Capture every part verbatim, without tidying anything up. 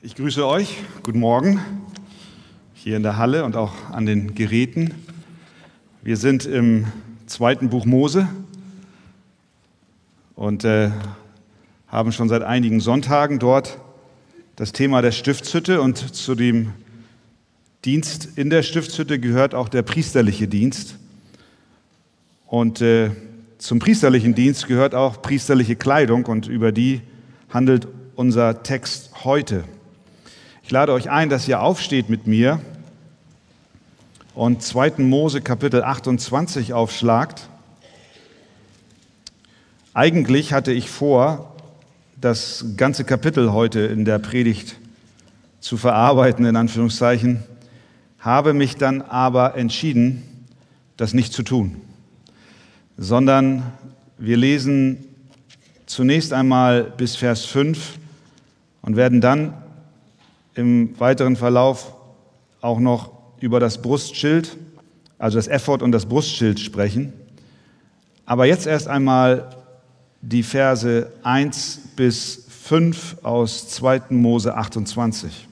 Ich grüße euch. Guten Morgen hier in der Halle und auch an den Geräten. Wir sind im zweiten Buch Mose und äh, haben schon seit einigen Sonntagen dort das Thema der Stiftshütte, und zu dem Dienst in der Stiftshütte gehört auch der priesterliche Dienst. Und äh, zum priesterlichen Dienst gehört auch priesterliche Kleidung, und über die handelt unser Text heute. Ich lade euch ein, dass ihr aufsteht mit mir und zweiten Mose Kapitel achtundzwanzig aufschlagt. Eigentlich hatte ich vor, das ganze Kapitel heute in der Predigt zu verarbeiten, in Anführungszeichen, habe mich dann aber entschieden, das nicht zu tun, sondern wir lesen zunächst einmal bis Vers fünf und werden dann im weiteren Verlauf auch noch über das Brustschild, also das Ephod und das Brustschild sprechen. Aber jetzt erst einmal die Verse eins bis fünf aus zweiten Mose achtundzwanzig.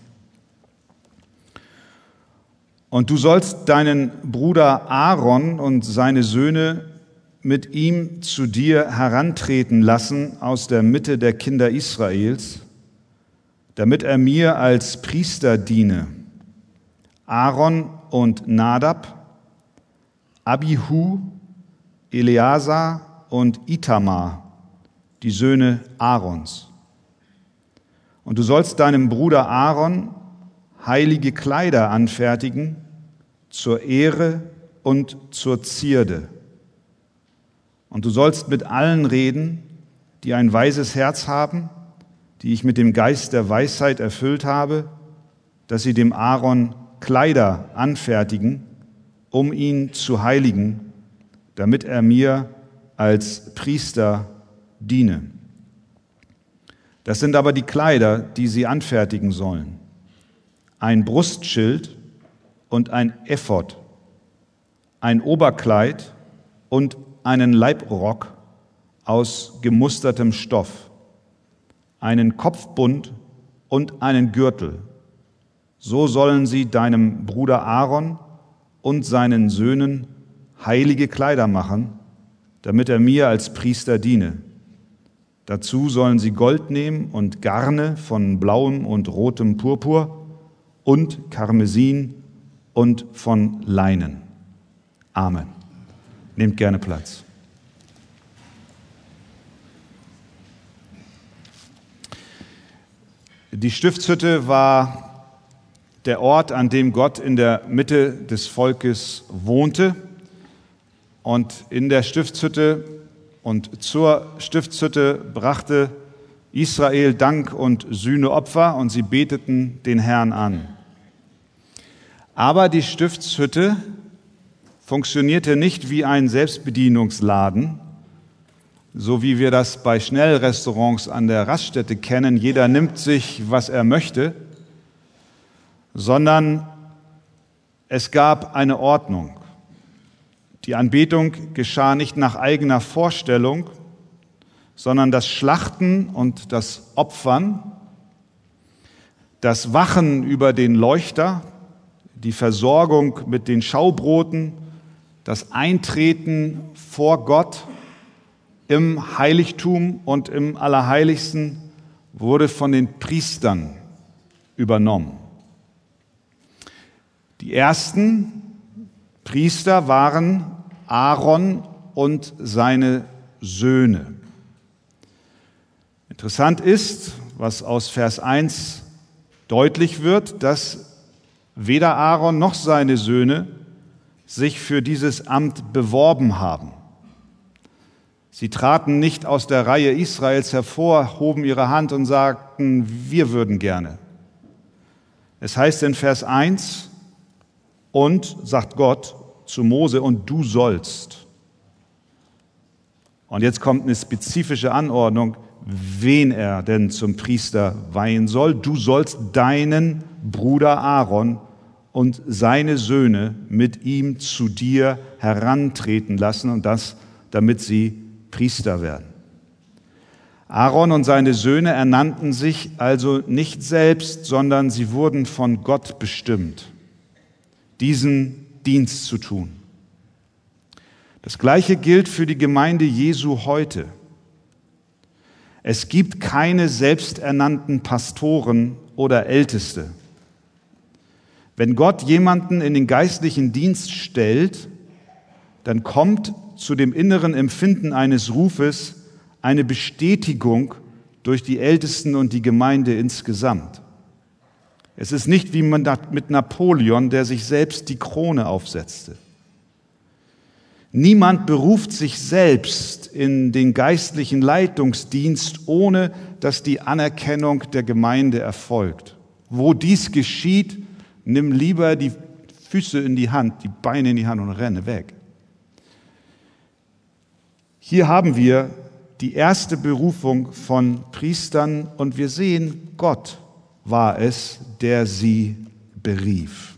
Und du sollst deinen Bruder Aaron und seine Söhne mit ihm zu dir herantreten lassen aus der Mitte der Kinder Israels, damit er mir als Priester diene. Aaron und Nadab, Abihu, Eleazar und Itamar, die Söhne Aarons. Und du sollst deinem Bruder Aaron heilige Kleider anfertigen, zur Ehre und zur Zierde. Und du sollst mit allen reden, die ein weises Herz haben, die ich mit dem Geist der Weisheit erfüllt habe, dass sie dem Aaron Kleider anfertigen, um ihn zu heiligen, damit er mir als Priester diene. Das sind aber die Kleider, die sie anfertigen sollen: ein Brustschild und ein Ephod, ein Oberkleid und einen Leibrock aus gemustertem Stoff, einen Kopfbund und einen Gürtel. So sollen sie deinem Bruder Aaron und seinen Söhnen heilige Kleider machen, damit er mir als Priester diene. Dazu sollen sie Gold nehmen und Garne von blauem und rotem Purpur und Karmesin und von Leinen. Amen. Nehmt gerne Platz. Die Stiftshütte war der Ort, an dem Gott in der Mitte des Volkes wohnte. Und in der Stiftshütte und zur Stiftshütte brachte Israel Dank und Sühneopfer, und sie beteten den Herrn an. Aber die Stiftshütte funktionierte nicht wie ein Selbstbedienungsladen, so wie wir das bei Schnellrestaurants an der Raststätte kennen. Jeder nimmt sich, was er möchte, sondern es gab eine Ordnung. Die Anbetung geschah nicht nach eigener Vorstellung, sondern das Schlachten und das Opfern, das Wachen über den Leuchter, die Versorgung mit den Schaubroten, das Eintreten vor Gott im Heiligtum und im Allerheiligsten wurde von den Priestern übernommen. Die ersten Priester waren Aaron und seine Söhne. Interessant ist, was aus Vers eins deutlich wird, dass weder Aaron noch seine Söhne sich für dieses Amt beworben haben. Sie traten nicht aus der Reihe Israels hervor, hoben ihre Hand und sagten, wir würden gerne. Es heißt in Vers eins, und, sagt Gott zu Mose, und du sollst. Und jetzt kommt eine spezifische Anordnung, wen er denn zum Priester weihen soll. Du sollst deinen Bruder Aaron und seine Söhne mit ihm zu dir herantreten lassen, und das, damit sie Priester werden. Aaron und seine Söhne ernannten sich also nicht selbst, sondern sie wurden von Gott bestimmt, diesen Dienst zu tun. Das Gleiche gilt für die Gemeinde Jesu heute. Es gibt keine selbsternannten Pastoren oder Älteste. Wenn Gott jemanden in den geistlichen Dienst stellt, dann kommt zu dem inneren Empfinden eines Rufes eine Bestätigung durch die Ältesten und die Gemeinde insgesamt. Es ist nicht wie mit Napoleon, der sich selbst die Krone aufsetzte. Niemand beruft sich selbst in den geistlichen Leitungsdienst, ohne dass die Anerkennung der Gemeinde erfolgt. Wo dies geschieht, nimm lieber die Füße in die Hand, die Beine in die Hand und renne weg. Hier haben wir die erste Berufung von Priestern und wir sehen, Gott war es, der sie berief.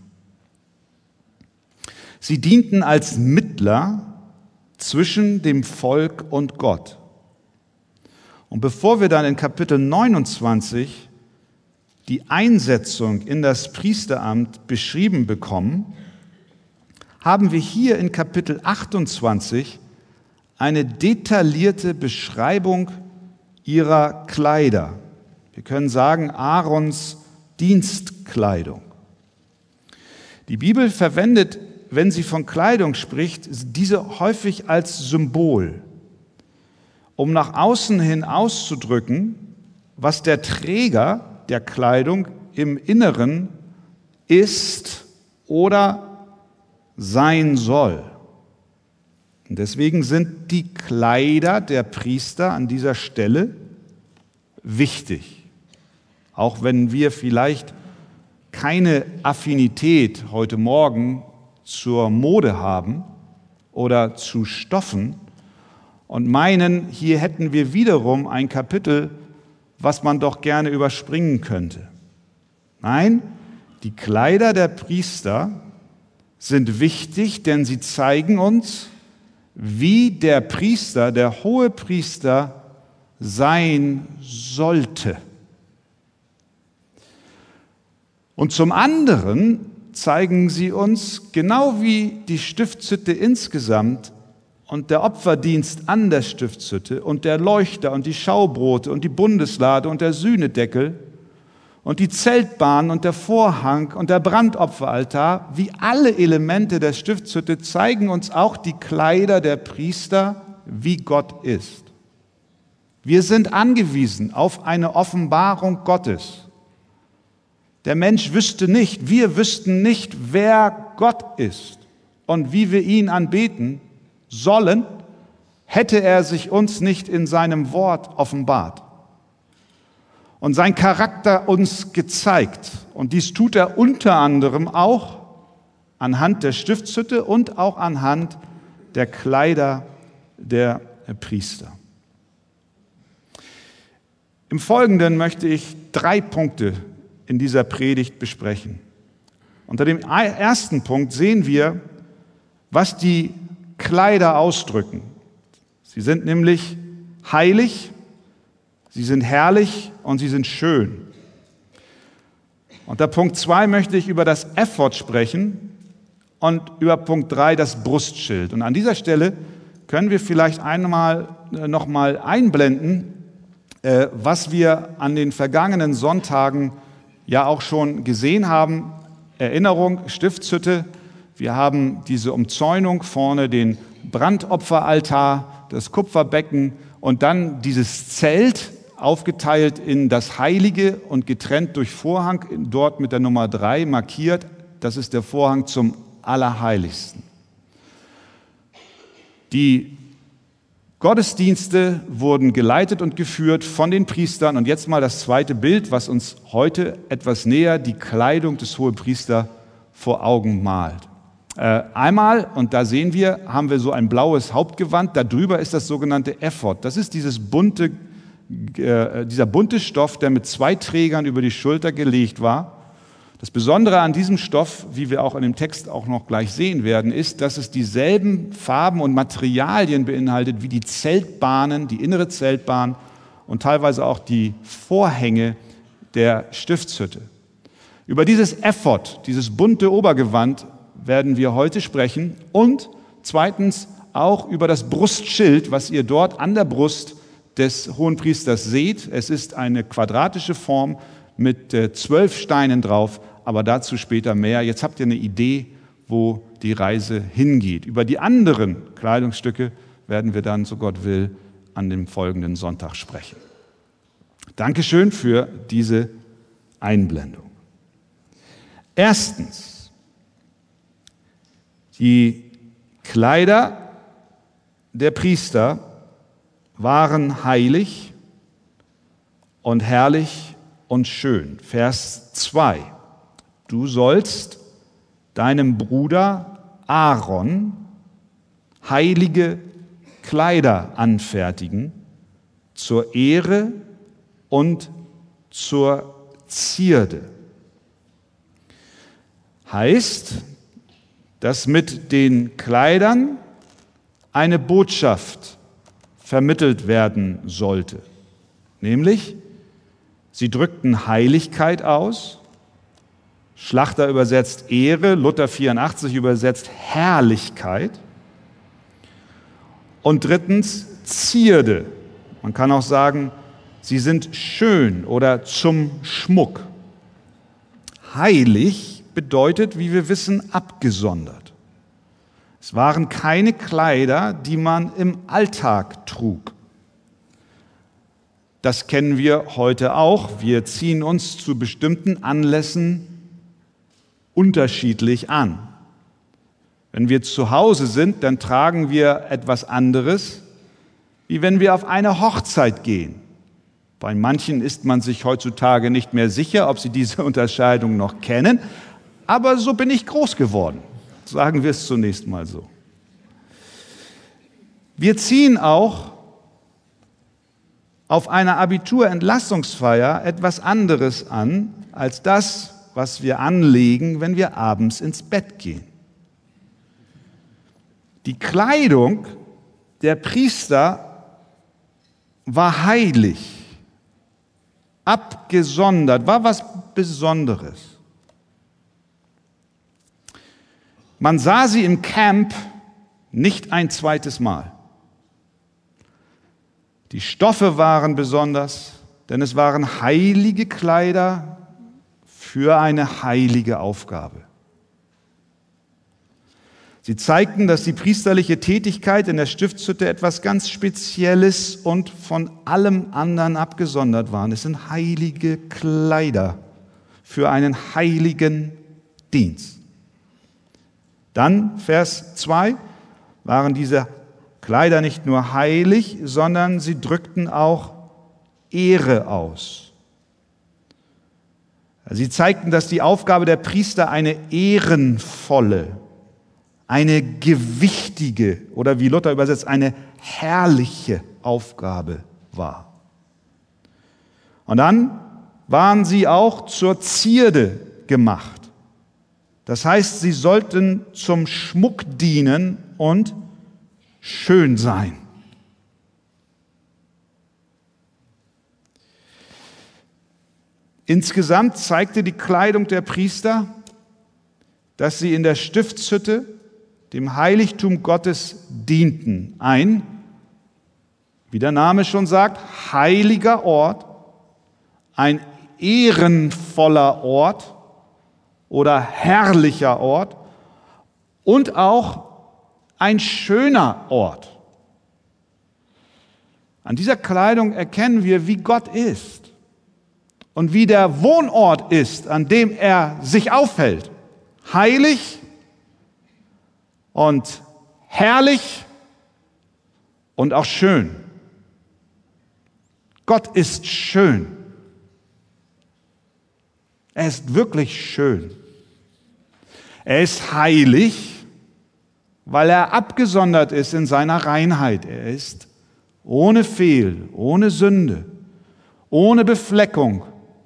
Sie dienten als Mittler zwischen dem Volk und Gott. Und bevor wir dann in Kapitel neunundzwanzig die Einsetzung in das Priesteramt beschrieben bekommen, haben wir hier in Kapitel achtundzwanzig eine detaillierte Beschreibung ihrer Kleider. Wir können sagen, Aarons Dienstkleidung. Die Bibel verwendet, wenn sie von Kleidung spricht, diese häufig als Symbol, um nach außen hin auszudrücken, was der Träger der Kleidung im Inneren ist oder sein soll. Und deswegen sind die Kleider der Priester an dieser Stelle wichtig. Auch wenn wir vielleicht keine Affinität heute Morgen zur Mode haben oder zu Stoffen und meinen, hier hätten wir wiederum ein Kapitel, was man doch gerne überspringen könnte. Nein, die Kleider der Priester sind wichtig, denn sie zeigen uns, wie der Priester, der Hohepriester sein sollte. Und zum anderen zeigen sie uns, genau wie die Stiftshütte insgesamt und der Opferdienst an der Stiftshütte und der Leuchter und die Schaubrote und die Bundeslade und der Sühnedeckel und die Zeltbahn und der Vorhang und der Brandopferaltar, wie alle Elemente der Stiftshütte, zeigen uns auch die Kleider der Priester, wie Gott ist. Wir sind angewiesen auf eine Offenbarung Gottes. Der Mensch wüsste nicht, wir wüssten nicht, wer Gott ist und wie wir ihn anbeten sollen, hätte er sich uns nicht in seinem Wort offenbart und sein Charakter uns gezeigt. Und dies tut er unter anderem auch anhand der Stiftshütte und auch anhand der Kleider der Priester. Im Folgenden möchte ich drei Punkte in dieser Predigt besprechen. Unter dem ersten Punkt sehen wir, was die Kleider ausdrücken. Sie sind nämlich heilig, sie sind herrlich und sie sind schön. Unter Punkt zwei möchte ich über das Ephod sprechen und über Punkt drei das Brustschild. Und an dieser Stelle können wir vielleicht einmal noch mal einblenden, was wir an den vergangenen Sonntagen ja auch schon gesehen haben. Erinnerung, Stiftshütte. Wir haben diese Umzäunung, vorne den Brandopferaltar, das Kupferbecken und dann dieses Zelt, aufgeteilt in das Heilige und getrennt durch Vorhang, dort mit der Nummer drei markiert. Das ist der Vorhang zum Allerheiligsten. Die Gottesdienste wurden geleitet und geführt von den Priestern. Und jetzt mal das zweite Bild, was uns heute etwas näher die Kleidung des Hohepriesters vor Augen malt. Äh, einmal, und da sehen wir, haben wir so ein blaues Hauptgewand. Darüber ist das sogenannte Ephod. Das ist dieses bunte, äh, dieser bunte Stoff, der mit zwei Trägern über die Schulter gelegt war. Das Besondere an diesem Stoff, wie wir auch in dem Text auch noch gleich sehen werden, ist, dass es dieselben Farben und Materialien beinhaltet wie die Zeltbahnen, die innere Zeltbahn und teilweise auch die Vorhänge der Stiftshütte. Über dieses Ephod, dieses bunte Obergewand, werden wir heute sprechen und zweitens auch über das Brustschild, was ihr dort an der Brust des Hohenpriesters seht. Es ist eine quadratische Form mit äh, zwölf Steinen drauf, aber dazu später mehr. Jetzt habt ihr eine Idee, wo die Reise hingeht. Über die anderen Kleidungsstücke werden wir dann, so Gott will, an dem folgenden Sonntag sprechen. Dankeschön für diese Einblendung. Erstens, die Kleider der Priester waren heilig und herrlich und schön. Vers zwei. Du sollst deinem Bruder Aaron heilige Kleider anfertigen, zur Ehre und zur Zierde. Heißt, dass mit den Kleidern eine Botschaft vermittelt werden sollte. Nämlich, sie drückten Heiligkeit aus, Schlachter übersetzt Ehre, Luther vierundachtzig übersetzt Herrlichkeit. Und drittens Zierde. Man kann auch sagen, sie sind schön oder zum Schmuck. Heilig bedeutet, wie wir wissen, abgesondert. Es waren keine Kleider, die man im Alltag trug. Das kennen wir heute auch. Wir ziehen uns zu bestimmten Anlässen unterschiedlich an. Wenn wir zu Hause sind, dann tragen wir etwas anderes, wie wenn wir auf eine Hochzeit gehen. Bei manchen ist man sich heutzutage nicht mehr sicher, ob sie diese Unterscheidung noch kennen, aber so bin ich groß geworden. Sagen wir es zunächst mal so. Wir ziehen auch auf einer Abiturentlassungsfeier etwas anderes an, als das, was wir anlegen, wenn wir abends ins Bett gehen. Die Kleidung der Priester war heilig, abgesondert, war was Besonderes. Man sah sie im Camp nicht ein zweites Mal. Die Stoffe waren besonders, denn es waren heilige Kleider für eine heilige Aufgabe. Sie zeigten, dass die priesterliche Tätigkeit in der Stiftshütte etwas ganz Spezielles und von allem anderen abgesondert war. Es sind heilige Kleider für einen heiligen Dienst. Dann, Vers zwei, waren diese Kleider nicht nur heilig, sondern sie drückten auch Ehre aus. Sie zeigten, dass die Aufgabe der Priester eine ehrenvolle, eine gewichtige oder wie Luther übersetzt, eine herrliche Aufgabe war. Und dann waren sie auch zur Zierde gemacht. Das heißt, sie sollten zum Schmuck dienen und schön sein. Insgesamt zeigte die Kleidung der Priester, dass sie in der Stiftshütte dem Heiligtum Gottes dienten. Ein, wie der Name schon sagt, heiliger Ort, ein ehrenvoller Ort oder herrlicher Ort und auch ein schöner Ort. An dieser Kleidung erkennen wir, wie Gott ist und wie der Wohnort ist, an dem er sich aufhält. Heilig und herrlich und auch schön. Gott ist schön. Er ist wirklich schön. Er ist heilig, weil er abgesondert ist in seiner Reinheit. Er ist ohne Fehl, ohne Sünde, ohne Befleckung,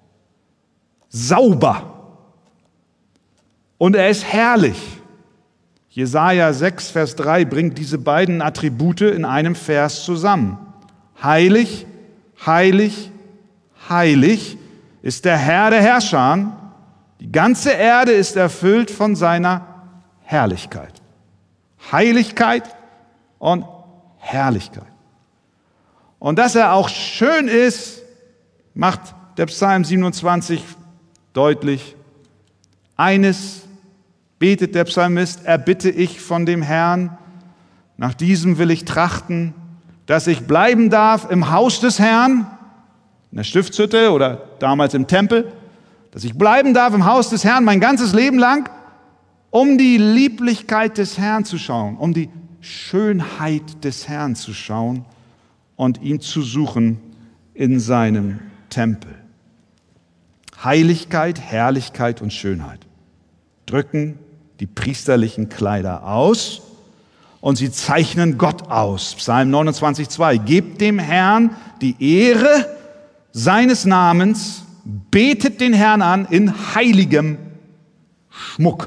sauber. Und er ist herrlich. Jesaja sechs, Vers drei bringt diese beiden Attribute in einem Vers zusammen. Heilig, heilig, heilig ist der Herr der Herrscher. Die ganze Erde ist erfüllt von seiner Herrlichkeit. Heiligkeit und Herrlichkeit. Und dass er auch schön ist, macht der Psalm siebenundzwanzig deutlich. Eines betet der Psalmist, erbitte ich von dem Herrn, nach diesem will ich trachten, dass ich bleiben darf im Haus des Herrn, in der Stiftshütte oder damals im Tempel, dass ich bleiben darf im Haus des Herrn mein ganzes Leben lang, um die Lieblichkeit des Herrn zu schauen, um die Schönheit des Herrn zu schauen und ihn zu suchen in seinem Tempel. Heiligkeit, Herrlichkeit und Schönheit drücken die priesterlichen Kleider aus und sie zeichnen Gott aus. Psalm neunundzwanzig, zwei. Gebt dem Herrn die Ehre seines Namens, betet den Herrn an in heiligem Schmuck.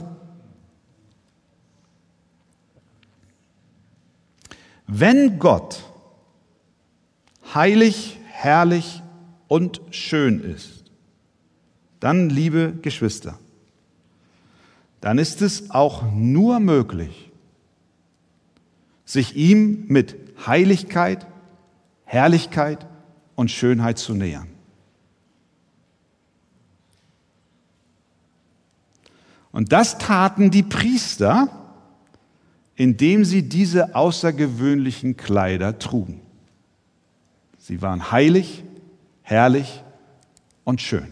Wenn Gott heilig, herrlich und schön ist, dann, liebe Geschwister, dann ist es auch nur möglich, sich ihm mit Heiligkeit, Herrlichkeit und Schönheit zu nähern. Und das taten die Priester, indem sie diese außergewöhnlichen Kleider trugen. Sie waren heilig, herrlich und schön.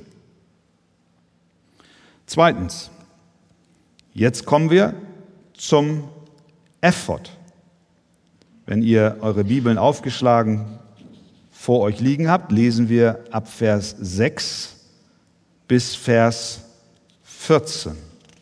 Zweitens, jetzt kommen wir zum Ephod. Wenn ihr eure Bibeln aufgeschlagen vor euch liegen habt, lesen wir ab Vers sechs bis Vers vierzehn.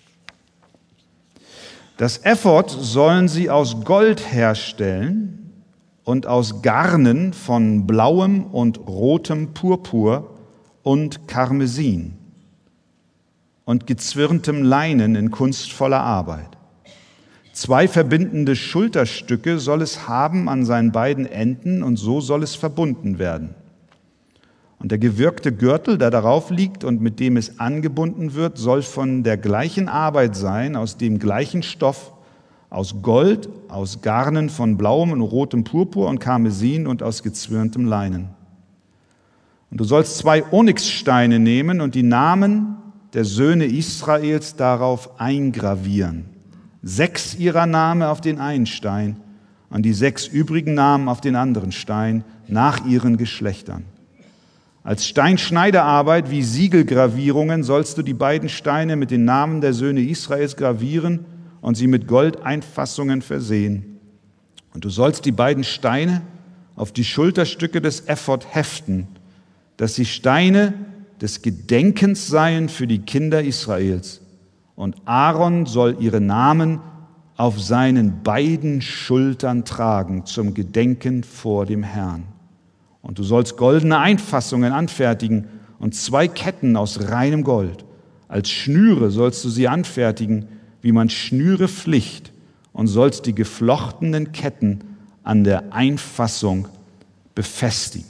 Das Ephod sollen sie aus Gold herstellen und aus Garnen von blauem und rotem Purpur und Karmesin und gezwirntem Leinen in kunstvoller Arbeit. Zwei verbindende Schulterstücke soll es haben an seinen beiden Enden und so soll es verbunden werden. Und der gewirkte Gürtel, der darauf liegt und mit dem es angebunden wird, soll von der gleichen Arbeit sein, aus dem gleichen Stoff, aus Gold, aus Garnen von blauem und rotem Purpur und Karmesin und aus gezwirntem Leinen. Und du sollst zwei Onyxsteine nehmen und die Namen der Söhne Israels darauf eingravieren. Sechs ihrer Namen auf den einen Stein und die sechs übrigen Namen auf den anderen Stein nach ihren Geschlechtern. Als Steinschneidearbeit wie Siegelgravierungen sollst du die beiden Steine mit den Namen der Söhne Israels gravieren und sie mit Goldeinfassungen versehen. Und du sollst die beiden Steine auf die Schulterstücke des Ephod heften, dass sie Steine des Gedenkens seien für die Kinder Israels. Und Aaron soll ihre Namen auf seinen beiden Schultern tragen zum Gedenken vor dem Herrn. Und du sollst goldene Einfassungen anfertigen und zwei Ketten aus reinem Gold. Als Schnüre sollst du sie anfertigen, wie man Schnüre flicht, und sollst die geflochtenen Ketten an der Einfassung befestigen.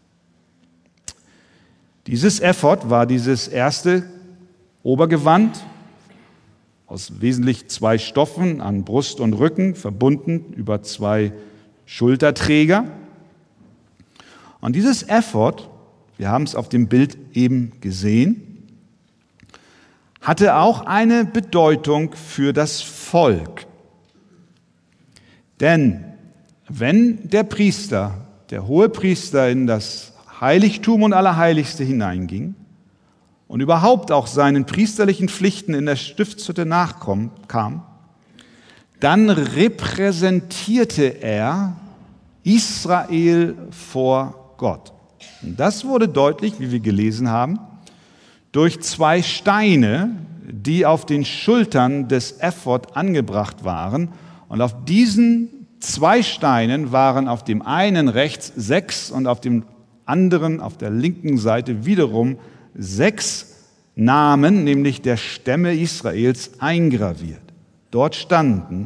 Dieses Ephod war dieses erste Obergewand aus wesentlich zwei Stoffen an Brust und Rücken, verbunden über zwei Schulterträger. Und dieses Ephod, wir haben es auf dem Bild eben gesehen, hatte auch eine Bedeutung für das Volk. Denn wenn der Priester, der Hohepriester in das Heiligtum und Allerheiligste hineinging und überhaupt auch seinen priesterlichen Pflichten in der Stiftshütte nachkam, dann repräsentierte er Israel vor Gott. Und das wurde deutlich, wie wir gelesen haben, durch zwei Steine, die auf den Schultern des Ephod angebracht waren. Und auf diesen zwei Steinen waren auf dem einen rechts sechs und auf dem anderen, auf der linken Seite wiederum sechs Namen, nämlich der Stämme Israels, eingraviert. Dort standen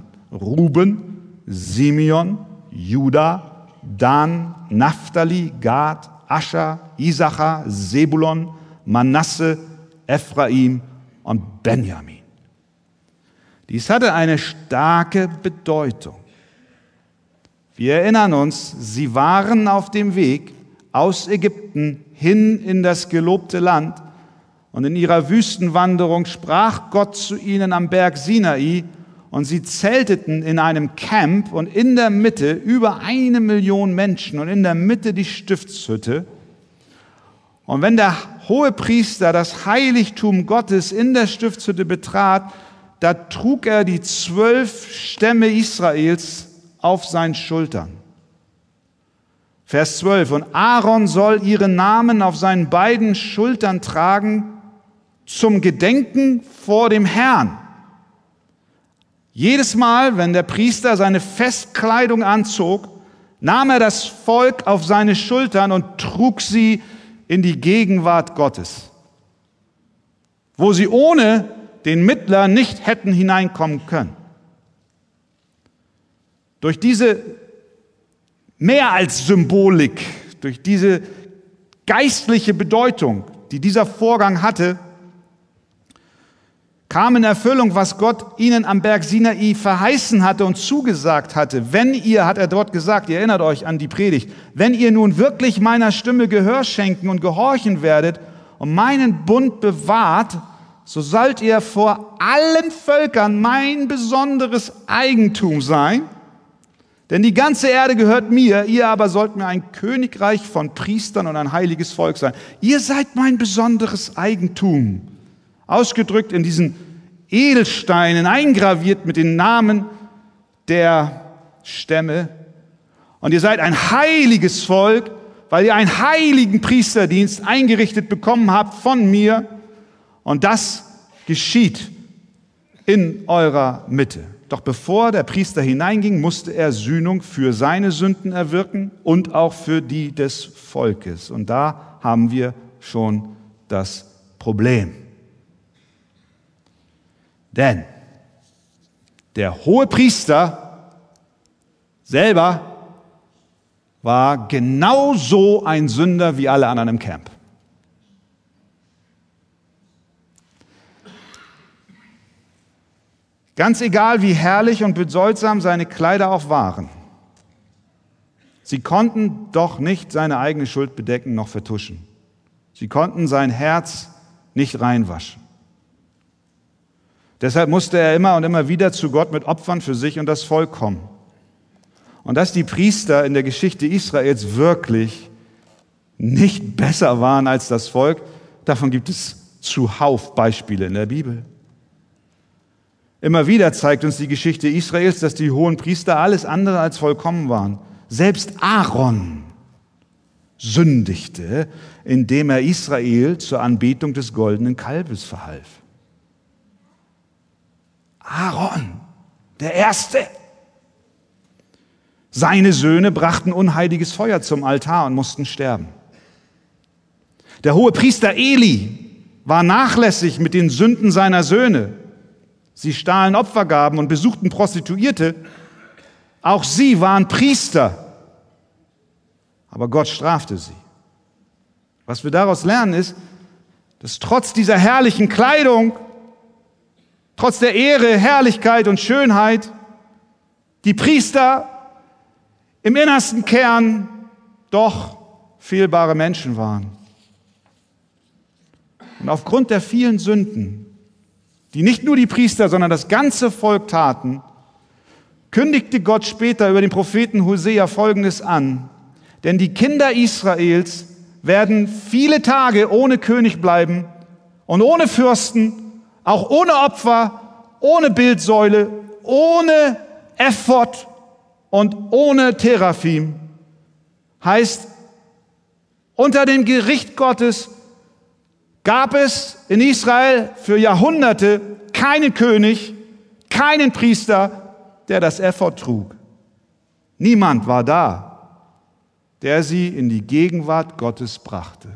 Ruben, Simeon, Juda, Dan, Naphtali, Gad, Ascher, Isachar, Sebulon, Manasse, Ephraim und Benjamin. Dies hatte eine starke Bedeutung. Wir erinnern uns, sie waren auf dem Weg aus Ägypten hin in das gelobte Land und in ihrer Wüstenwanderung sprach Gott zu ihnen am Berg Sinai und sie zelteten in einem Camp und in der Mitte über eine Million Menschen und in der Mitte die Stiftshütte. Und wenn der Hohepriester das Heiligtum Gottes in der Stiftshütte betrat, da trug er die zwölf Stämme Israels auf seinen Schultern. Vers zwölf. Und Aaron soll ihre Namen auf seinen beiden Schultern tragen zum Gedenken vor dem Herrn. Jedes Mal, wenn der Priester seine Festkleidung anzog, nahm er das Volk auf seine Schultern und trug sie in die Gegenwart Gottes, wo sie ohne den Mittler nicht hätten hineinkommen können. Durch diese mehr als Symbolik, durch diese geistliche Bedeutung, die dieser Vorgang hatte, kam in Erfüllung, was Gott ihnen am Berg Sinai verheißen hatte und zugesagt hatte. Wenn ihr, hat er dort gesagt, ihr erinnert euch an die Predigt, wenn ihr nun wirklich meiner Stimme Gehör schenken und gehorchen werdet und meinen Bund bewahrt, so sollt ihr vor allen Völkern mein besonderes Eigentum sein. Denn die ganze Erde gehört mir, ihr aber sollt mir ein Königreich von Priestern und ein heiliges Volk sein. Ihr seid mein besonderes Eigentum. Ausgedrückt in diesen Edelsteinen, eingraviert mit den Namen der Stämme. Und ihr seid ein heiliges Volk, weil ihr einen heiligen Priesterdienst eingerichtet bekommen habt von mir. Und das geschieht in eurer Mitte. Doch bevor der Priester hineinging, musste er Sühnung für seine Sünden erwirken und auch für die des Volkes. Und da haben wir schon das Problem. Denn der Hohepriester selber war genauso ein Sünder wie alle anderen im Camp. Ganz egal, wie herrlich und bedeutsam seine Kleider auch waren. Sie konnten doch nicht seine eigene Schuld bedecken noch vertuschen. Sie konnten sein Herz nicht reinwaschen. Deshalb musste er immer und immer wieder zu Gott mit Opfern für sich und das Volk kommen. Und dass die Priester in der Geschichte Israels wirklich nicht besser waren als das Volk, davon gibt es zuhauf Beispiele in der Bibel. Immer wieder zeigt uns die Geschichte Israels, dass die hohen Priester alles andere als vollkommen waren. Selbst Aaron sündigte, indem er Israel zur Anbetung des goldenen Kalbes verhalf. Aaron, der Erste. Seine Söhne brachten unheiliges Feuer zum Altar und mussten sterben. Der Hohepriester Eli war nachlässig mit den Sünden seiner Söhne. Sie stahlen Opfergaben und besuchten Prostituierte. Auch sie waren Priester. Aber Gott strafte sie. Was wir daraus lernen ist, dass trotz dieser herrlichen Kleidung, trotz der Ehre, Herrlichkeit und Schönheit, die Priester im innersten Kern doch fehlbare Menschen waren. Und aufgrund der vielen Sünden, die nicht nur die Priester, sondern das ganze Volk taten, kündigte Gott später über den Propheten Hosea Folgendes an. Denn die Kinder Israels werden viele Tage ohne König bleiben und ohne Fürsten, auch ohne Opfer, ohne Bildsäule, ohne Ephod und ohne Teraphim. Heißt, unter dem Gericht Gottes gab es in Israel für Jahrhunderte keinen König, keinen Priester, der das Ephod trug. Niemand war da, der sie in die Gegenwart Gottes brachte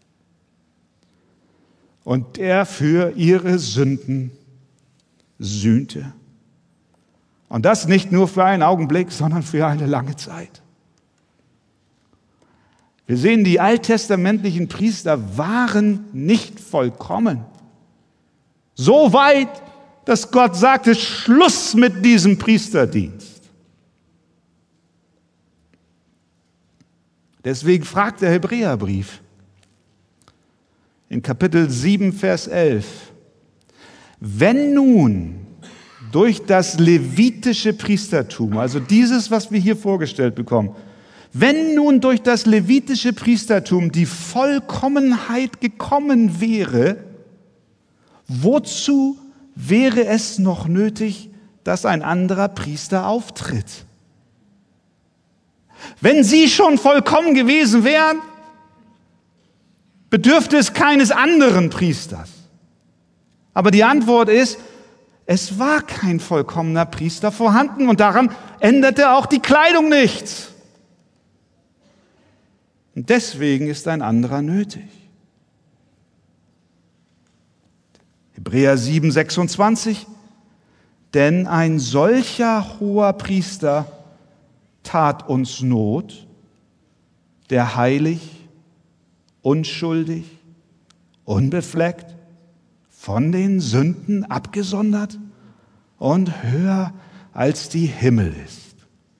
und der für ihre Sünden sühnte. Und das nicht nur für einen Augenblick, sondern für eine lange Zeit. Wir sehen, die alttestamentlichen Priester waren nicht vollkommen. So weit, dass Gott sagte, Schluss mit diesem Priesterdienst. Deswegen fragt der Hebräerbrief in Kapitel sieben, Vers elf, wenn nun durch das levitische Priestertum, also dieses, was wir hier vorgestellt bekommen, wenn nun durch das levitische Priestertum die Vollkommenheit gekommen wäre, wozu wäre es noch nötig, dass ein anderer Priester auftritt? Wenn sie schon vollkommen gewesen wären, bedürfte es keines anderen Priesters. Aber die Antwort ist, es war kein vollkommener Priester vorhanden und daran änderte auch die Kleidung nichts. Und deswegen ist ein anderer nötig. Hebräer sieben, sechsundzwanzig, denn ein solcher hoher Priester tat uns Not, der heilig, unschuldig, unbefleckt, von den Sünden abgesondert und höher als die Himmel ist.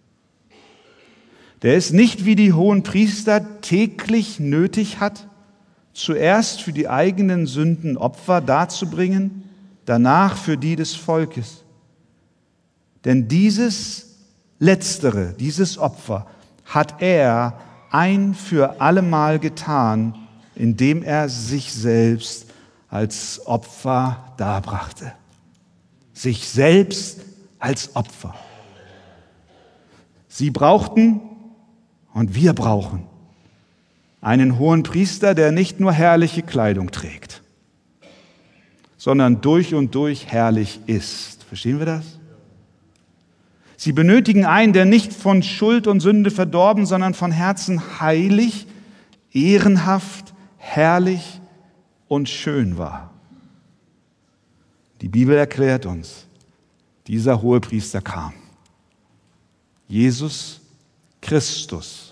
Der es nicht wie die hohen Priester täglich nötig hat, zuerst für die eigenen Sünden Opfer darzubringen, danach für die des Volkes. Denn dieses Letztere, dieses Opfer, hat er ein für allemal getan, indem er sich selbst als Opfer darbrachte. Sich selbst als Opfer. Sie brauchten und wir brauchen einen hohen Priester, der nicht nur herrliche Kleidung trägt, sondern durch und durch herrlich ist. Verstehen wir das? Sie benötigen einen, der nicht von Schuld und Sünde verdorben, sondern von Herzen heilig, ehrenhaft, herrlich und schön war. Die Bibel erklärt uns, dieser Hohepriester kam. Jesus Christus,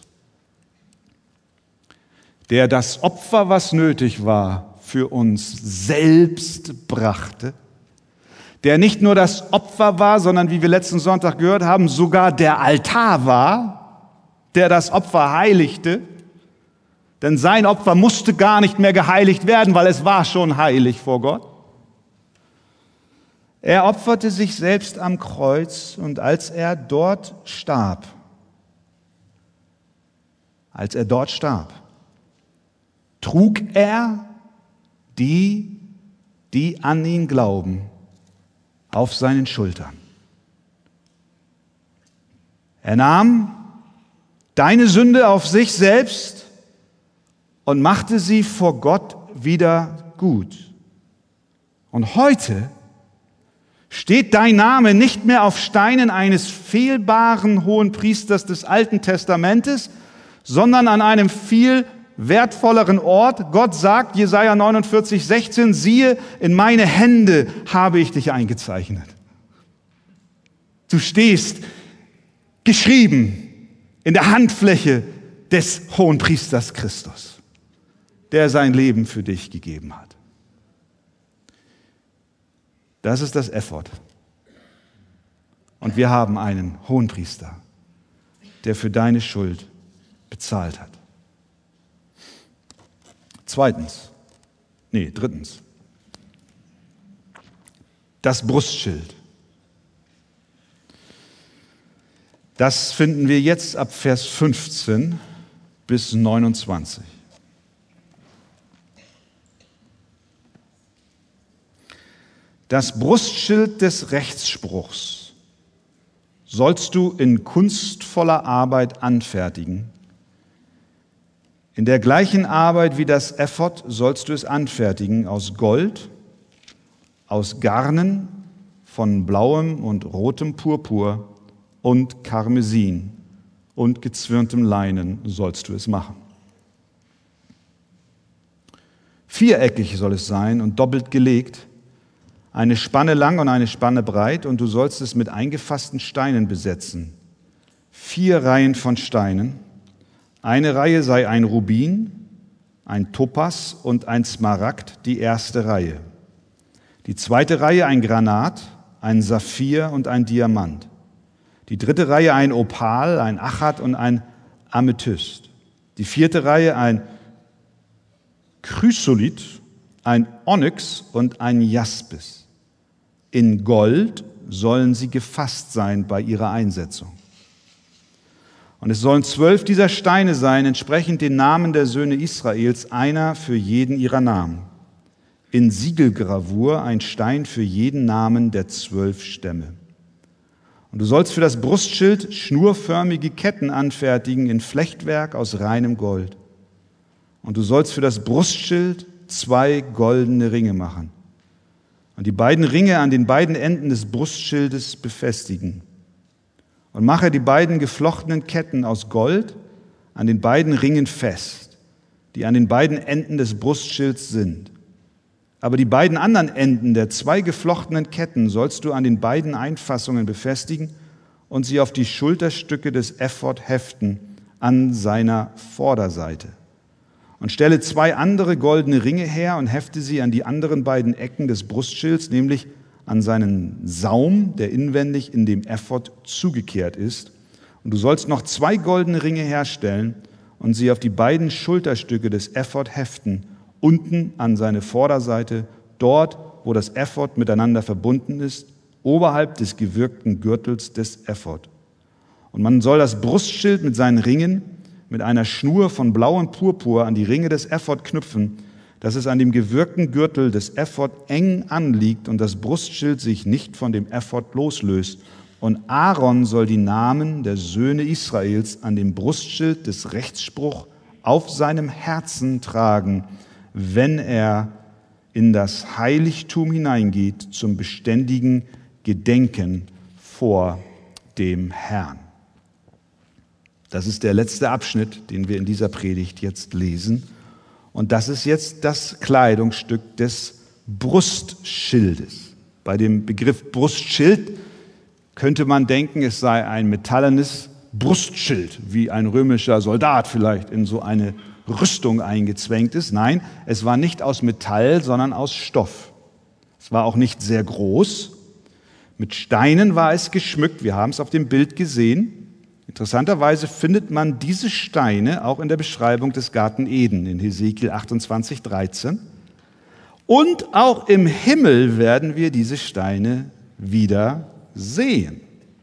der das Opfer, was nötig war, für uns selbst brachte, der nicht nur das Opfer war, sondern wie wir letzten Sonntag gehört haben, sogar der Altar war, der das Opfer heiligte. Denn sein Opfer musste gar nicht mehr geheiligt werden, weil es war schon heilig vor Gott. Er opferte sich selbst am Kreuz und als er dort starb, als er dort starb, trug er die, die an ihn glauben, auf seinen Schultern. Er nahm deine Sünde auf sich selbst und machte sie vor Gott wieder gut. Und heute steht dein Name nicht mehr auf Steinen eines fehlbaren Hohenpriesters des Alten Testamentes, sondern an einem viel wertvolleren Ort. Gott sagt, Jesaja neunundvierzig, sechzehn, siehe, in meine Hände habe ich dich eingezeichnet. Du stehst geschrieben in der Handfläche des Hohenpriesters Christus, der sein Leben für dich gegeben hat. Das ist das Ephod. Und wir haben einen Hohenpriester, der für deine Schuld bezahlt hat. Zweitens, nee, drittens, das Brustschild. Das finden wir jetzt ab Vers fünfzehn bis neunundzwanzig. Das Brustschild des Rechtsspruchs sollst du in kunstvoller Arbeit anfertigen. In der gleichen Arbeit wie das Ephod sollst du es anfertigen, aus Gold, aus Garnen, von blauem und rotem Purpur und Karmesin und gezwirntem Leinen sollst du es machen. Viereckig soll es sein und doppelt gelegt, eine Spanne lang und eine Spanne breit, und du sollst es mit eingefassten Steinen besetzen. Vier Reihen von Steinen, Eine Reihe sei ein Rubin, ein Topas und ein Smaragd, die erste Reihe. Die zweite Reihe ein Granat, ein Saphir und ein Diamant. Die dritte Reihe ein Opal, ein Achat und ein Amethyst. Die vierte Reihe ein Chrysolith, ein Onyx und ein Jaspis. In Gold sollen sie gefasst sein bei ihrer Einsetzung. Und es sollen zwölf dieser Steine sein, entsprechend den Namen der Söhne Israels, einer für jeden ihrer Namen. In Siegelgravur ein Stein für jeden Namen der zwölf Stämme. Und du sollst für das Brustschild schnurförmige Ketten anfertigen in Flechtwerk aus reinem Gold. Und du sollst für das Brustschild zwei goldene Ringe machen und die beiden Ringe an den beiden Enden des Brustschildes befestigen. Und mache die beiden geflochtenen Ketten aus Gold an den beiden Ringen fest, die an den beiden Enden des Brustschilds sind. Aber die beiden anderen Enden der zwei geflochtenen Ketten sollst du an den beiden Einfassungen befestigen und sie auf die Schulterstücke des Ephod heften an seiner Vorderseite. Und stelle zwei andere goldene Ringe her und hefte sie an die anderen beiden Ecken des Brustschilds, nämlich an seinen Saum, der inwendig in dem Ephod zugekehrt ist. Und du sollst noch zwei goldene Ringe herstellen und sie auf die beiden Schulterstücke des Ephod heften, unten an seine Vorderseite, dort, wo das Ephod miteinander verbunden ist, oberhalb des gewirkten Gürtels des Ephod. Und man soll das Brustschild mit seinen Ringen mit einer Schnur von blauem Purpur an die Ringe des Ephod knüpfen, dass es an dem gewirkten Gürtel des Ephod eng anliegt und das Brustschild sich nicht von dem Ephod loslöst. Und Aaron soll die Namen der Söhne Israels an dem Brustschild des Rechtsspruch auf seinem Herzen tragen, wenn er in das Heiligtum hineingeht zum beständigen Gedenken vor dem Herrn. Das ist der letzte Abschnitt, den wir in dieser Predigt jetzt lesen. Und das ist jetzt das Kleidungsstück des Brustschildes. Bei dem Begriff Brustschild könnte man denken, es sei ein metallenes Brustschild, wie ein römischer Soldat vielleicht in so eine Rüstung eingezwängt ist. Nein, es war nicht aus Metall, sondern aus Stoff. Es war auch nicht sehr groß. Mit Steinen war es geschmückt. Wir haben es auf dem Bild gesehen. Interessanterweise findet man diese Steine auch in der Beschreibung des Garten Eden in Hesekiel achtundzwanzig, dreizehn. Und auch im Himmel werden wir diese Steine wieder sehen.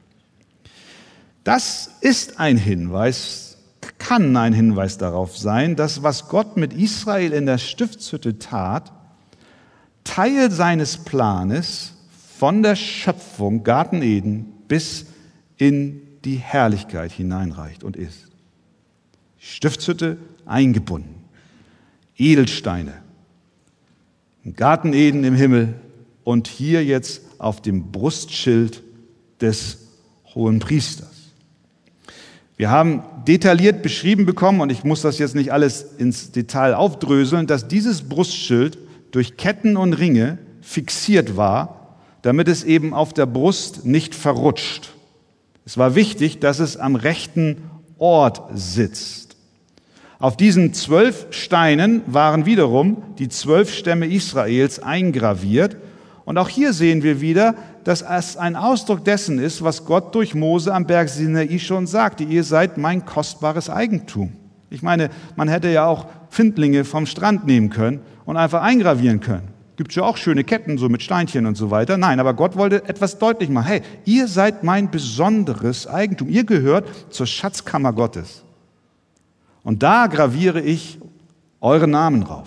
Das ist ein Hinweis, kann ein Hinweis darauf sein, dass was Gott mit Israel in der Stiftshütte tat, Teil seines Planes von der Schöpfung Garten Eden bis in die Herrlichkeit hineinreicht und ist. Stiftshütte eingebunden, Edelsteine, im Garten Eden im Himmel und hier jetzt auf dem Brustschild des Hohenpriesters. Wir haben detailliert beschrieben bekommen, und ich muss das jetzt nicht alles ins Detail aufdröseln, dass dieses Brustschild durch Ketten und Ringe fixiert war, damit es eben auf der Brust nicht verrutscht. Es war wichtig, dass es am rechten Ort sitzt. Auf diesen zwölf Steinen waren wiederum die zwölf Stämme Israels eingraviert. Und auch hier sehen wir wieder, dass es ein Ausdruck dessen ist, was Gott durch Mose am Berg Sinai schon sagte: Ihr seid mein kostbares Eigentum. Ich meine, man hätte ja auch Findlinge vom Strand nehmen können und einfach eingravieren können. Gibt ja auch schöne Ketten, so mit Steinchen und so weiter. Nein, aber Gott wollte etwas deutlich machen. Hey, ihr seid mein besonderes Eigentum. Ihr gehört zur Schatzkammer Gottes. Und da graviere ich eure Namen drauf.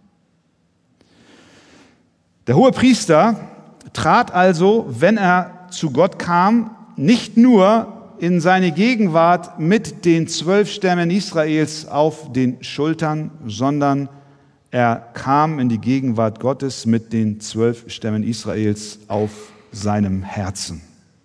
Der Hohepriester trat also, wenn er zu Gott kam, nicht nur in seine Gegenwart mit den zwölf Stämmen Israels auf den Schultern, sondern er kam in die Gegenwart Gottes mit den zwölf Stämmen Israels auf seinem Herzen.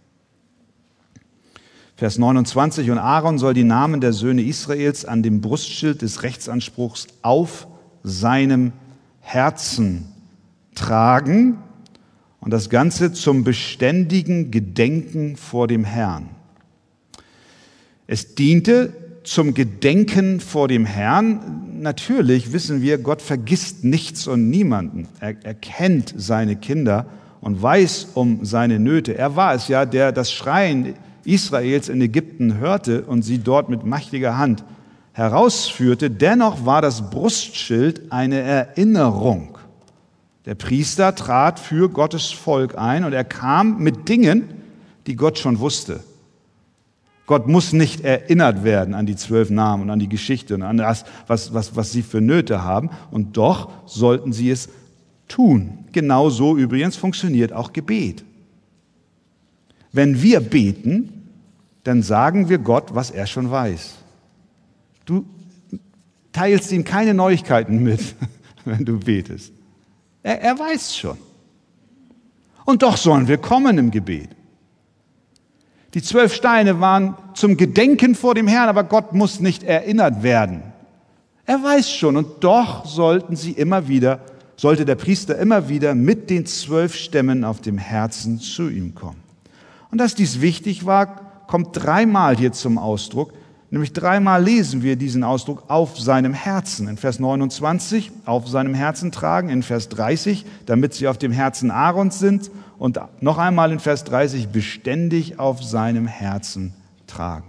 Vers neunundzwanzig: Und Aaron soll die Namen der Söhne Israels an dem Brustschild des Rechtsanspruchs auf seinem Herzen tragen und das Ganze zum beständigen Gedenken vor dem Herrn. Es diente zum Gedenken vor dem Herrn. Natürlich wissen wir, Gott vergisst nichts und niemanden. Er, er kennt seine Kinder und weiß um seine Nöte. Er war es ja, der das Schreien Israels in Ägypten hörte und sie dort mit mächtiger Hand herausführte. Dennoch war das Brustschild eine Erinnerung. Der Priester trat für Gottes Volk ein und er kam mit Dingen, die Gott schon wusste. Gott muss nicht erinnert werden an die zwölf Namen und an die Geschichte und an das, was, was, was sie für Nöte haben. Und doch sollten sie es tun. Genauso übrigens funktioniert auch Gebet. Wenn wir beten, dann sagen wir Gott, was er schon weiß. Du teilst ihm keine Neuigkeiten mit, wenn du betest. Er, er weiß schon. Und doch sollen wir kommen im Gebet. Die zwölf Steine waren zum Gedenken vor dem Herrn, aber Gott muss nicht erinnert werden. Er weiß schon, und doch sollten sie immer wieder, sollte der Priester immer wieder mit den zwölf Stämmen auf dem Herzen zu ihm kommen. Und dass dies wichtig war, kommt dreimal hier zum Ausdruck. Nämlich dreimal lesen wir diesen Ausdruck auf seinem Herzen. In Vers neunundzwanzig, auf seinem Herzen tragen, in Vers dreißig, damit sie auf dem Herzen Aarons sind und noch einmal in Vers dreißig, beständig auf seinem Herzen tragen.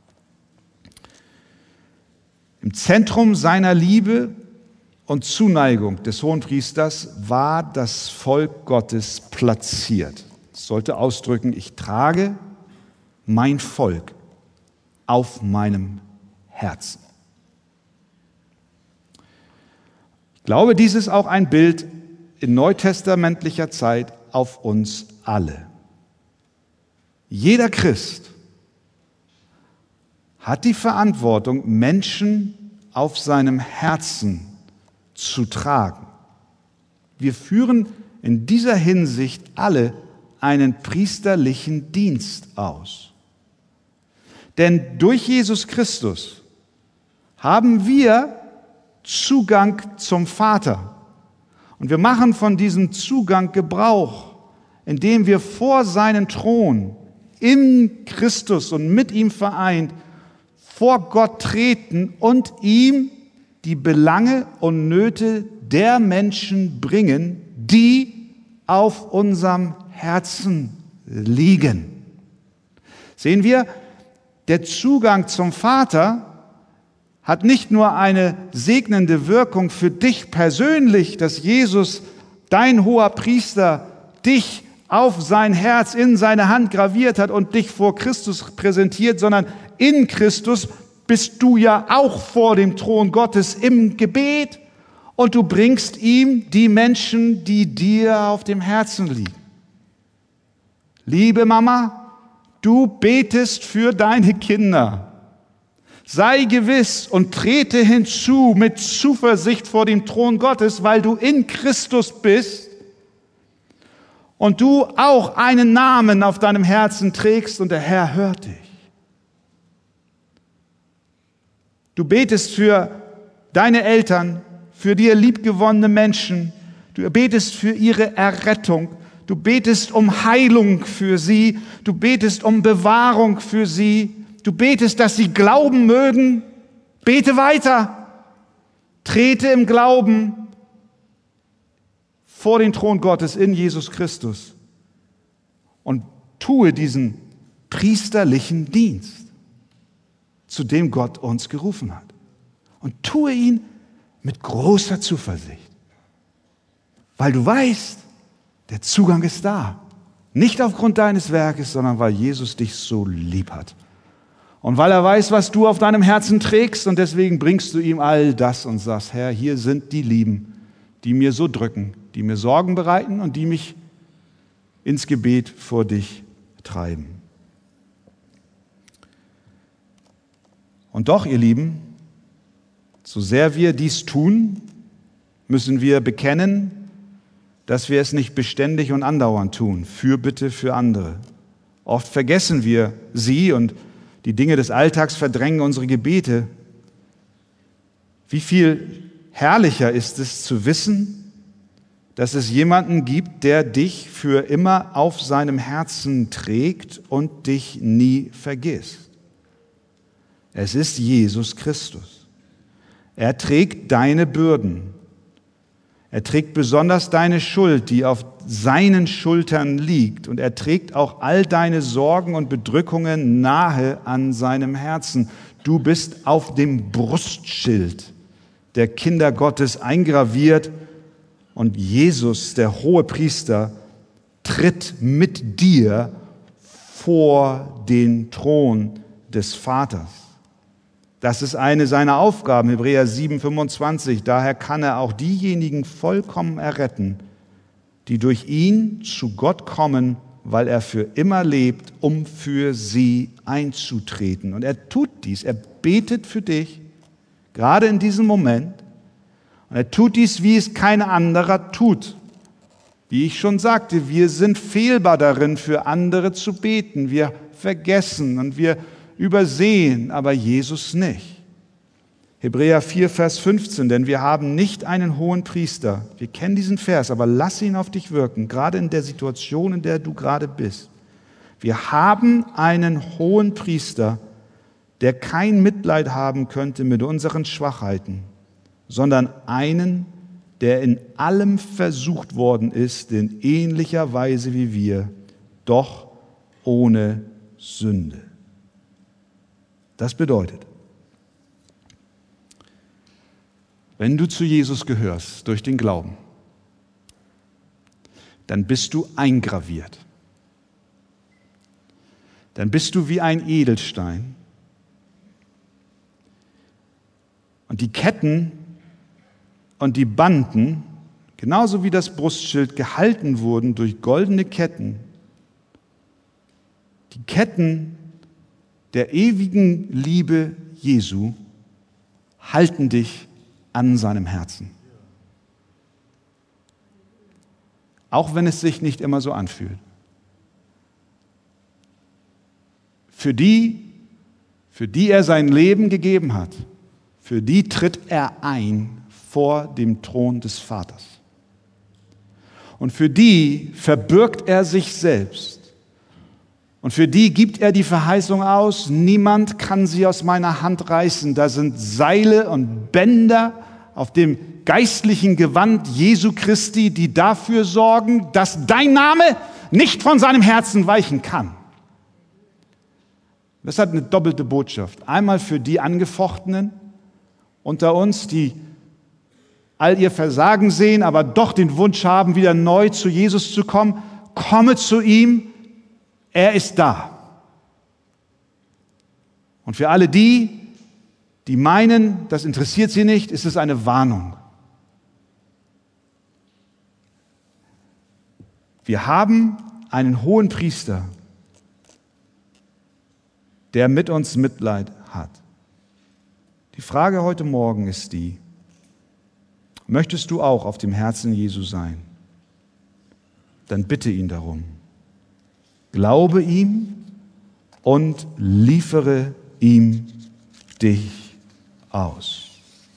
Im Zentrum seiner Liebe und Zuneigung des Hohenpriesters war das Volk Gottes platziert. Es sollte ausdrücken, ich trage mein Volk auf meinem Herzen. Ich glaube, dies ist auch ein Bild in neutestamentlicher Zeit auf uns alle. Jeder Christ hat die Verantwortung, Menschen auf seinem Herzen zu tragen. Wir führen in dieser Hinsicht alle einen priesterlichen Dienst aus. Denn durch Jesus Christus haben wir Zugang zum Vater. Und wir machen von diesem Zugang Gebrauch, indem wir vor seinen Thron in Christus und mit ihm vereint vor Gott treten und ihm die Belange und Nöte der Menschen bringen, die auf unserem Herzen liegen. Sehen wir, der Zugang zum Vater hat nicht nur eine segnende Wirkung für dich persönlich, dass Jesus, dein hoher Priester, dich auf sein Herz, in seine Hand graviert hat und dich vor Christus präsentiert, sondern in Christus bist du ja auch vor dem Thron Gottes im Gebet und du bringst ihm die Menschen, die dir auf dem Herzen liegen. Liebe Mama, du betest für deine Kinder. Sei gewiss und trete hinzu mit Zuversicht vor dem Thron Gottes, weil du in Christus bist und du auch einen Namen auf deinem Herzen trägst und der Herr hört dich. Du betest für deine Eltern, für dir liebgewonnene Menschen. Du betest für ihre Errettung. Du betest um Heilung für sie. Du betest um Bewahrung für sie. Du betest, dass sie glauben mögen. Bete weiter. Trete im Glauben vor den Thron Gottes in Jesus Christus und tue diesen priesterlichen Dienst, zu dem Gott uns gerufen hat. Und tue ihn mit großer Zuversicht, weil du weißt, der Zugang ist da. Nicht aufgrund deines Werkes, sondern weil Jesus dich so lieb hat. Und weil er weiß, was du auf deinem Herzen trägst und deswegen bringst du ihm all das und sagst, Herr, hier sind die Lieben, die mir so drücken, die mir Sorgen bereiten und die mich ins Gebet vor dich treiben. Und doch, ihr Lieben, so sehr wir dies tun, müssen wir bekennen, dass wir es nicht beständig und andauernd tun. Fürbitte für andere. Oft vergessen wir sie und die Dinge des Alltags verdrängen unsere Gebete. Wie viel herrlicher ist es zu wissen, dass es jemanden gibt, der dich für immer auf seinem Herzen trägt und dich nie vergisst. Es ist Jesus Christus. Er trägt deine Bürden. Er trägt besonders deine Schuld, die auf seinen Schultern liegt. Und er trägt auch all deine Sorgen und Bedrückungen nahe an seinem Herzen. Du bist auf dem Brustschild der Kinder Gottes eingraviert. Und Jesus, der Hohepriester, tritt mit dir vor den Thron des Vaters. Das ist eine seiner Aufgaben, Hebräer sieben, fünfundzwanzig. Daher kann er auch diejenigen vollkommen erretten, die durch ihn zu Gott kommen, weil er für immer lebt, um für sie einzutreten. Und er tut dies, er betet für dich, gerade in diesem Moment. Und er tut dies, wie es kein anderer tut. Wie ich schon sagte, wir sind fehlbar darin, für andere zu beten. Wir vergessen und wir übersehen, aber Jesus nicht. Hebräer vier, Vers fünfzehn, denn wir haben nicht einen hohen Priester. Wir kennen diesen Vers, aber lass ihn auf dich wirken, gerade in der Situation, in der du gerade bist. Wir haben einen hohen Priester, der kein Mitleid haben könnte mit unseren Schwachheiten, sondern einen, der in allem versucht worden ist, in ähnlicher Weise wie wir, doch ohne Sünde. Das bedeutet, wenn du zu Jesus gehörst durch den Glauben, dann bist du eingraviert. Dann bist du wie ein Edelstein. Und die Ketten und die Banden, genauso wie das Brustschild, gehalten wurden durch goldene Ketten. Die Ketten der ewigen Liebe Jesu halten dich an seinem Herzen. Auch wenn es sich nicht immer so anfühlt. Für die, für die er sein Leben gegeben hat, für die tritt er ein vor dem Thron des Vaters. Und für die verbirgt er sich selbst. Und für die gibt er die Verheißung aus, niemand kann sie aus meiner Hand reißen. Da sind Seile und Bänder auf dem geistlichen Gewand Jesu Christi, die dafür sorgen, dass dein Name nicht von seinem Herzen weichen kann. Das hat eine doppelte Botschaft. Einmal für die Angefochtenen unter uns, die all ihr Versagen sehen, aber doch den Wunsch haben, wieder neu zu Jesus zu kommen. Komme zu ihm. Er ist da. Und für alle die, die meinen, das interessiert sie nicht, ist es eine Warnung. Wir haben einen hohen Priester, der mit uns Mitleid hat. Die Frage heute Morgen ist die: Möchtest du auch auf dem Herzen Jesu sein? Dann bitte ihn darum. Glaube ihm und liefere ihm dich aus.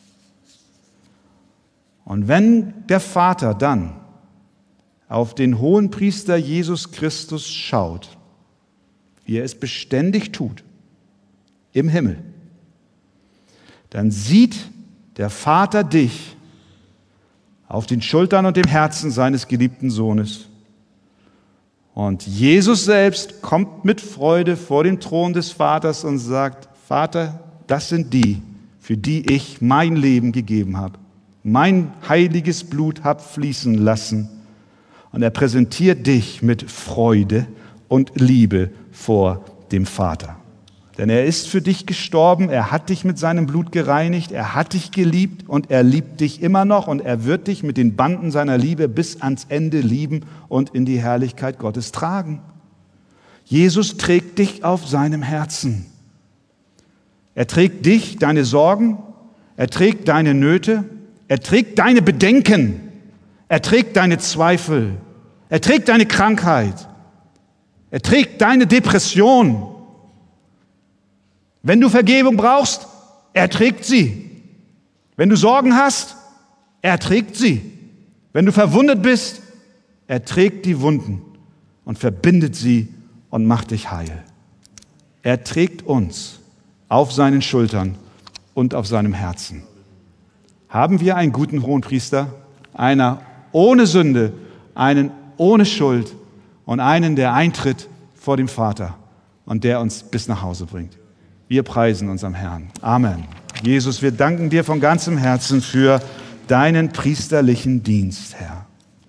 Und wenn der Vater dann auf den Hohenpriester Jesus Christus schaut, wie er es beständig tut, im Himmel, dann sieht der Vater dich auf den Schultern und dem Herzen seines geliebten Sohnes. Und Jesus selbst kommt mit Freude vor den Thron des Vaters und sagt: Vater, das sind die, für die ich mein Leben gegeben habe, mein heiliges Blut habe fließen lassen. Und er präsentiert dich mit Freude und Liebe vor dem Vater. Denn er ist für dich gestorben, er hat dich mit seinem Blut gereinigt, er hat dich geliebt und er liebt dich immer noch und er wird dich mit den Banden seiner Liebe bis ans Ende lieben und in die Herrlichkeit Gottes tragen. Jesus trägt dich auf seinem Herzen. Er trägt dich, deine Sorgen, er trägt deine Nöte, er trägt deine Bedenken, er trägt deine Zweifel, er trägt deine Krankheit, er trägt deine Depression. Wenn du Vergebung brauchst, er trägt sie. Wenn du Sorgen hast, er trägt sie. Wenn du verwundet bist, er trägt die Wunden und verbindet sie und macht dich heil. Er trägt uns auf seinen Schultern und auf seinem Herzen. Haben wir einen guten Hohenpriester? Einer ohne Sünde, einen ohne Schuld und einen, der eintritt vor dem Vater und der uns bis nach Hause bringt. Wir preisen unserem Herrn. Amen. Jesus, wir danken dir von ganzem Herzen für deinen priesterlichen Dienst, Herr.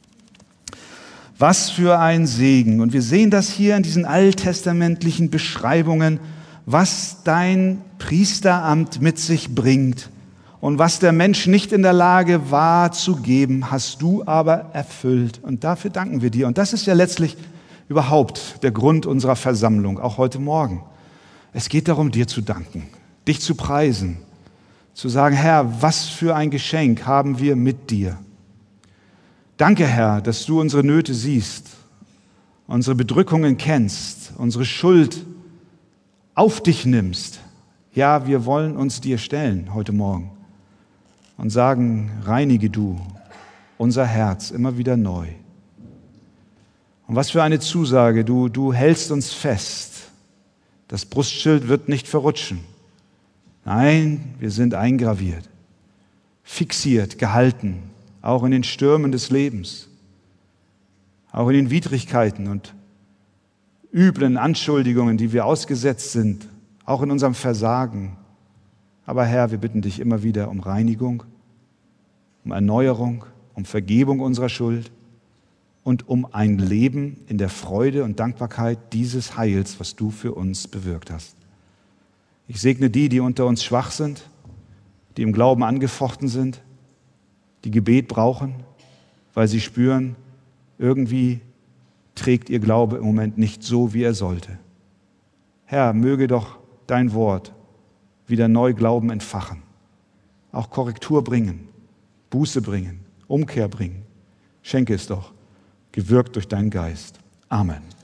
Was für ein Segen. Und wir sehen das hier in diesen alttestamentlichen Beschreibungen, was dein Priesteramt mit sich bringt. Und was der Mensch nicht in der Lage war zu geben, hast du aber erfüllt. Und dafür danken wir dir. Und das ist ja letztlich überhaupt der Grund unserer Versammlung, auch heute Morgen. Es geht darum, dir zu danken, dich zu preisen, zu sagen, Herr, was für ein Geschenk haben wir mit dir. Danke, Herr, dass du unsere Nöte siehst, unsere Bedrückungen kennst, unsere Schuld auf dich nimmst. Ja, wir wollen uns dir stellen heute Morgen und sagen, reinige du unser Herz immer wieder neu. Und was für eine Zusage, du, du hältst uns fest. Das Brustschild wird nicht verrutschen. Nein, wir sind eingraviert, fixiert, gehalten, auch in den Stürmen des Lebens, auch in den Widrigkeiten und üblen Anschuldigungen, die wir ausgesetzt sind, auch in unserem Versagen. Aber Herr, wir bitten dich immer wieder um Reinigung, um Erneuerung, um Vergebung unserer Schuld und um ein Leben in der Freude und Dankbarkeit dieses Heils, was du für uns bewirkt hast. Ich segne die, die unter uns schwach sind, die im Glauben angefochten sind, die Gebet brauchen, weil sie spüren, irgendwie trägt ihr Glaube im Moment nicht so, wie er sollte. Herr, möge doch dein Wort wieder neu Glauben entfachen, auch Korrektur bringen, Buße bringen, Umkehr bringen. Schenke es doch, gewirkt durch deinen Geist. Amen.